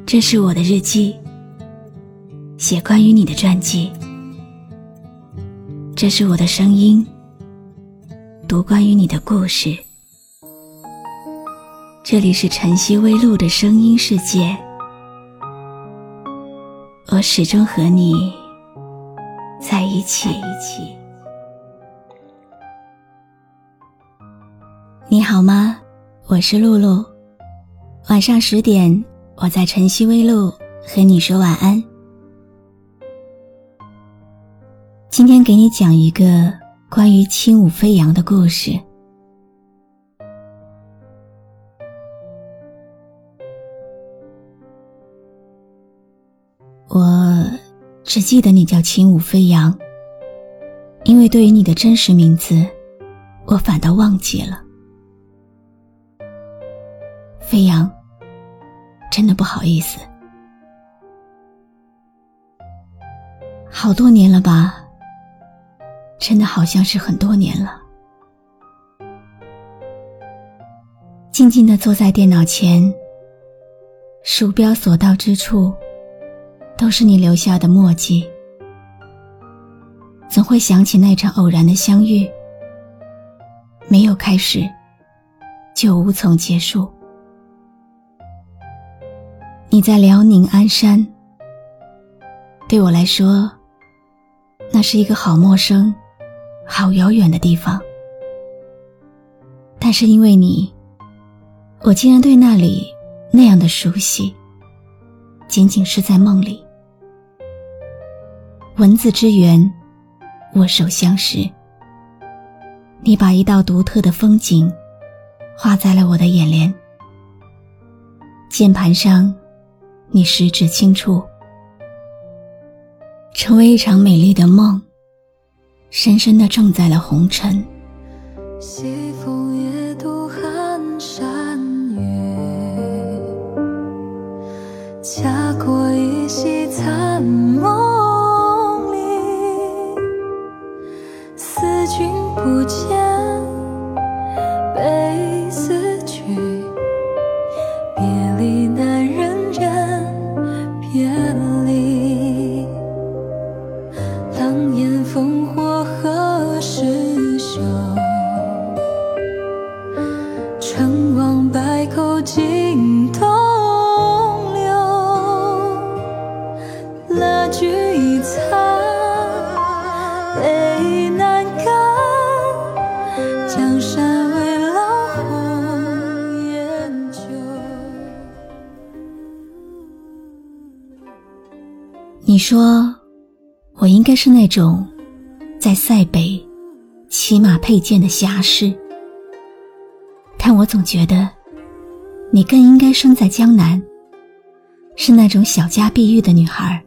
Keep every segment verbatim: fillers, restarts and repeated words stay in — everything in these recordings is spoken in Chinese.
这是我的日记，写关于你的传记。这是我的声音，读关于你的故事。这里是晨曦微露的声音世界，我始终和你在一起。你好吗？我是露露。晚上十点，我在晨曦微露和你说晚安。今天给你讲一个关于轻舞飞扬的故事。我只记得你叫轻舞飞扬，因为对于你的真实名字，我反倒忘记了。飞扬，真的不好意思。好多年了吧，真的好像是很多年了。静静地坐在电脑前，鼠标所到之处都是你留下的墨迹，总会想起那场偶然的相遇，没有开始就无从结束。你在辽宁鞍山，对我来说，那是一个好陌生、好遥远的地方。但是因为你，我竟然对那里那样的熟悉，仅仅是在梦里。文字之源，握手相识。你把一道独特的风景画在了我的眼帘。键盘上，你十指轻触，成为一场美丽的梦，深深地种在了红尘。 西风夜渡寒山月，恰过一夕残梦里，思君不见，悲思曲，别离难忍忍别离，狼烟烽火何时休，成王败寇尽东流，蜡炬已残，泪难干，江山未老红颜旧。 你说我应该是那种在塞北骑马佩剑的侠士，但我总觉得你更应该生在江南，是那种小家碧玉的女孩。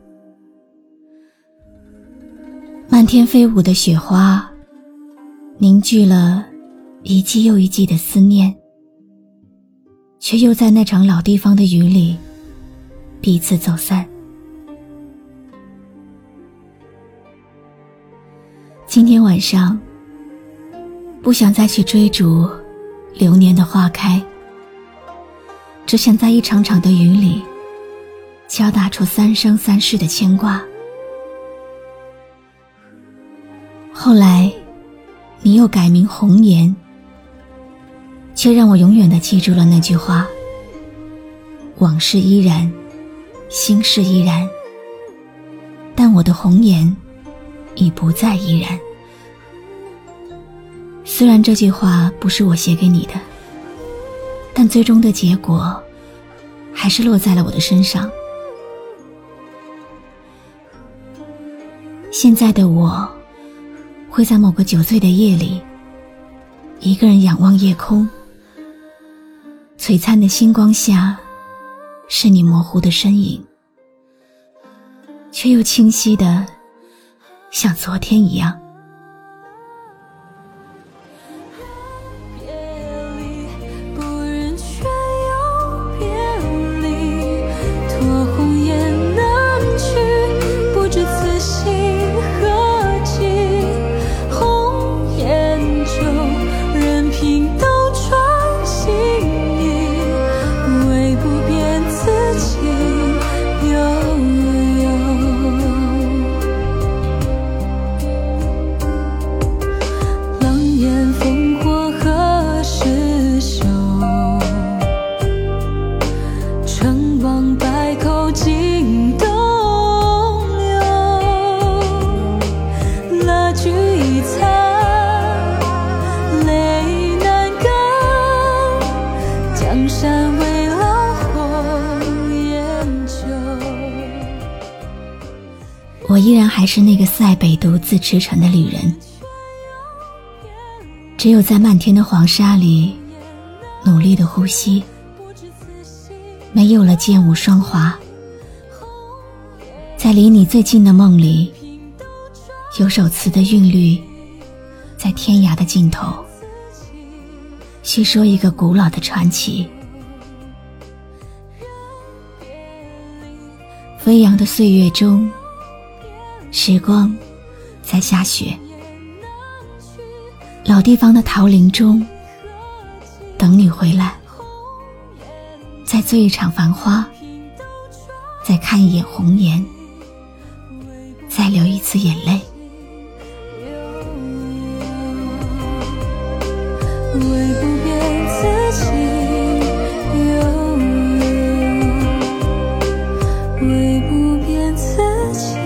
漫天飞舞的雪花凝聚了一季又一季的思念，却又在那场老地方的雨里彼此走散。今天晚上不想再去追逐流年的花开，只想在一场场的雨里敲打出三生三世的牵挂。后来你又改名红颜，却让我永远地记住了那句话：往事依然，心事依然，但我的红颜已不再依然。虽然这句话不是我写给你的，但最终的结果还是落在了我的身上。现在的我会在某个酒醉的夜里，一个人仰望夜空，璀璨的星光下是你模糊的身影，却又清晰的像昨天一样。 情，唯不变此情。 江山未老或研究。 我依然还是那个塞北独自驰骋的旅人，只有在漫天的黄沙里努力的呼吸，没有了剑舞霜华。在离你最近的梦里，有首词的韵律在天涯的尽头叙说一个古老的传奇。飞扬的岁月中，时光在下雪，老地方的桃林中等你回来，再做一场繁花，再看一眼红颜，再流一次眼泪。 为不变自己，为不变自己，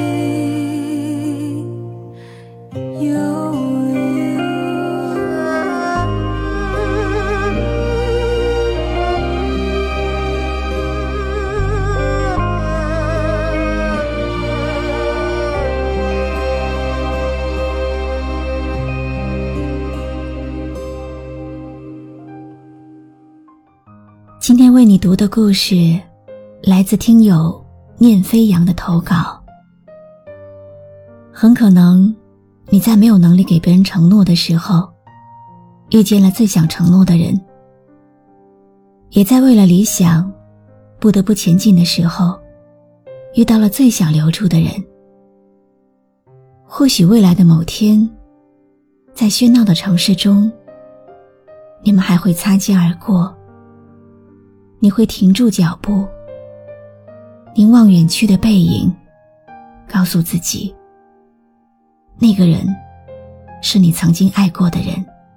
今天为你读的故事来自听友念飞扬的投稿。很可能你在没有能力给别人承诺的时候，遇见了最想承诺的人，也在为了理想不得不前进的时候，遇到了最想留住的人。或许未来的某天，在喧闹的城市中，你们还会擦肩而过，你会停住脚步，凝望远去的背影，告诉自己，那个人是你曾经爱过的人。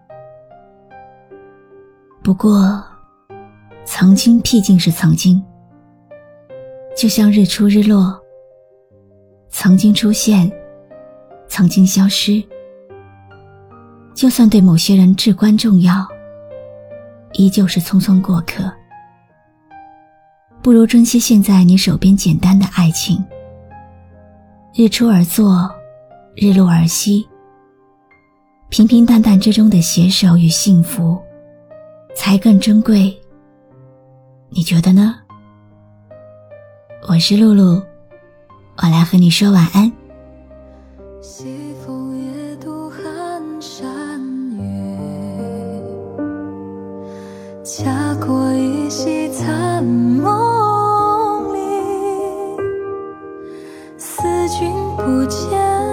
不过，曾经毕竟是曾经，就像日出日落，曾经出现，曾经消失。就算对某些人至关重要，依旧是匆匆过客。不如珍惜现在你手边简单的爱情，日出而作，日落而息，平平淡淡之中的携手与幸福才更珍贵，你觉得呢？我是露露，我来和你说晚安。 西风夜渡寒山月，恰过一夕残梦里，思君不见，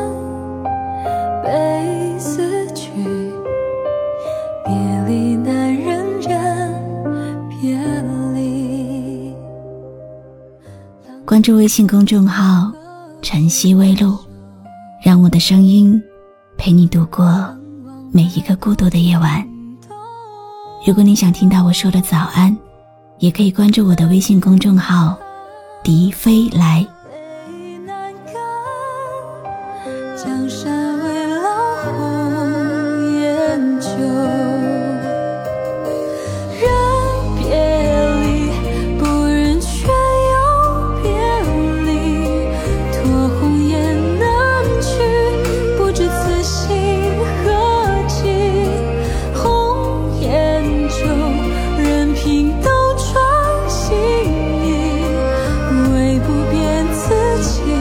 悲思曲，别离难忍忍别离。 关注微信公众号晨曦微露，让我的声音陪你度过每一个孤独的夜晚。如果你想听到我说的早安，也可以关注我的微信公众号笛飞来。 江山未老或研究，人别离，不忍却又别离，托鸿雁南去，不知此心何寄。红颜旧，任凭斗转星移，为不变自己。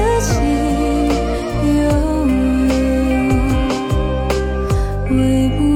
为不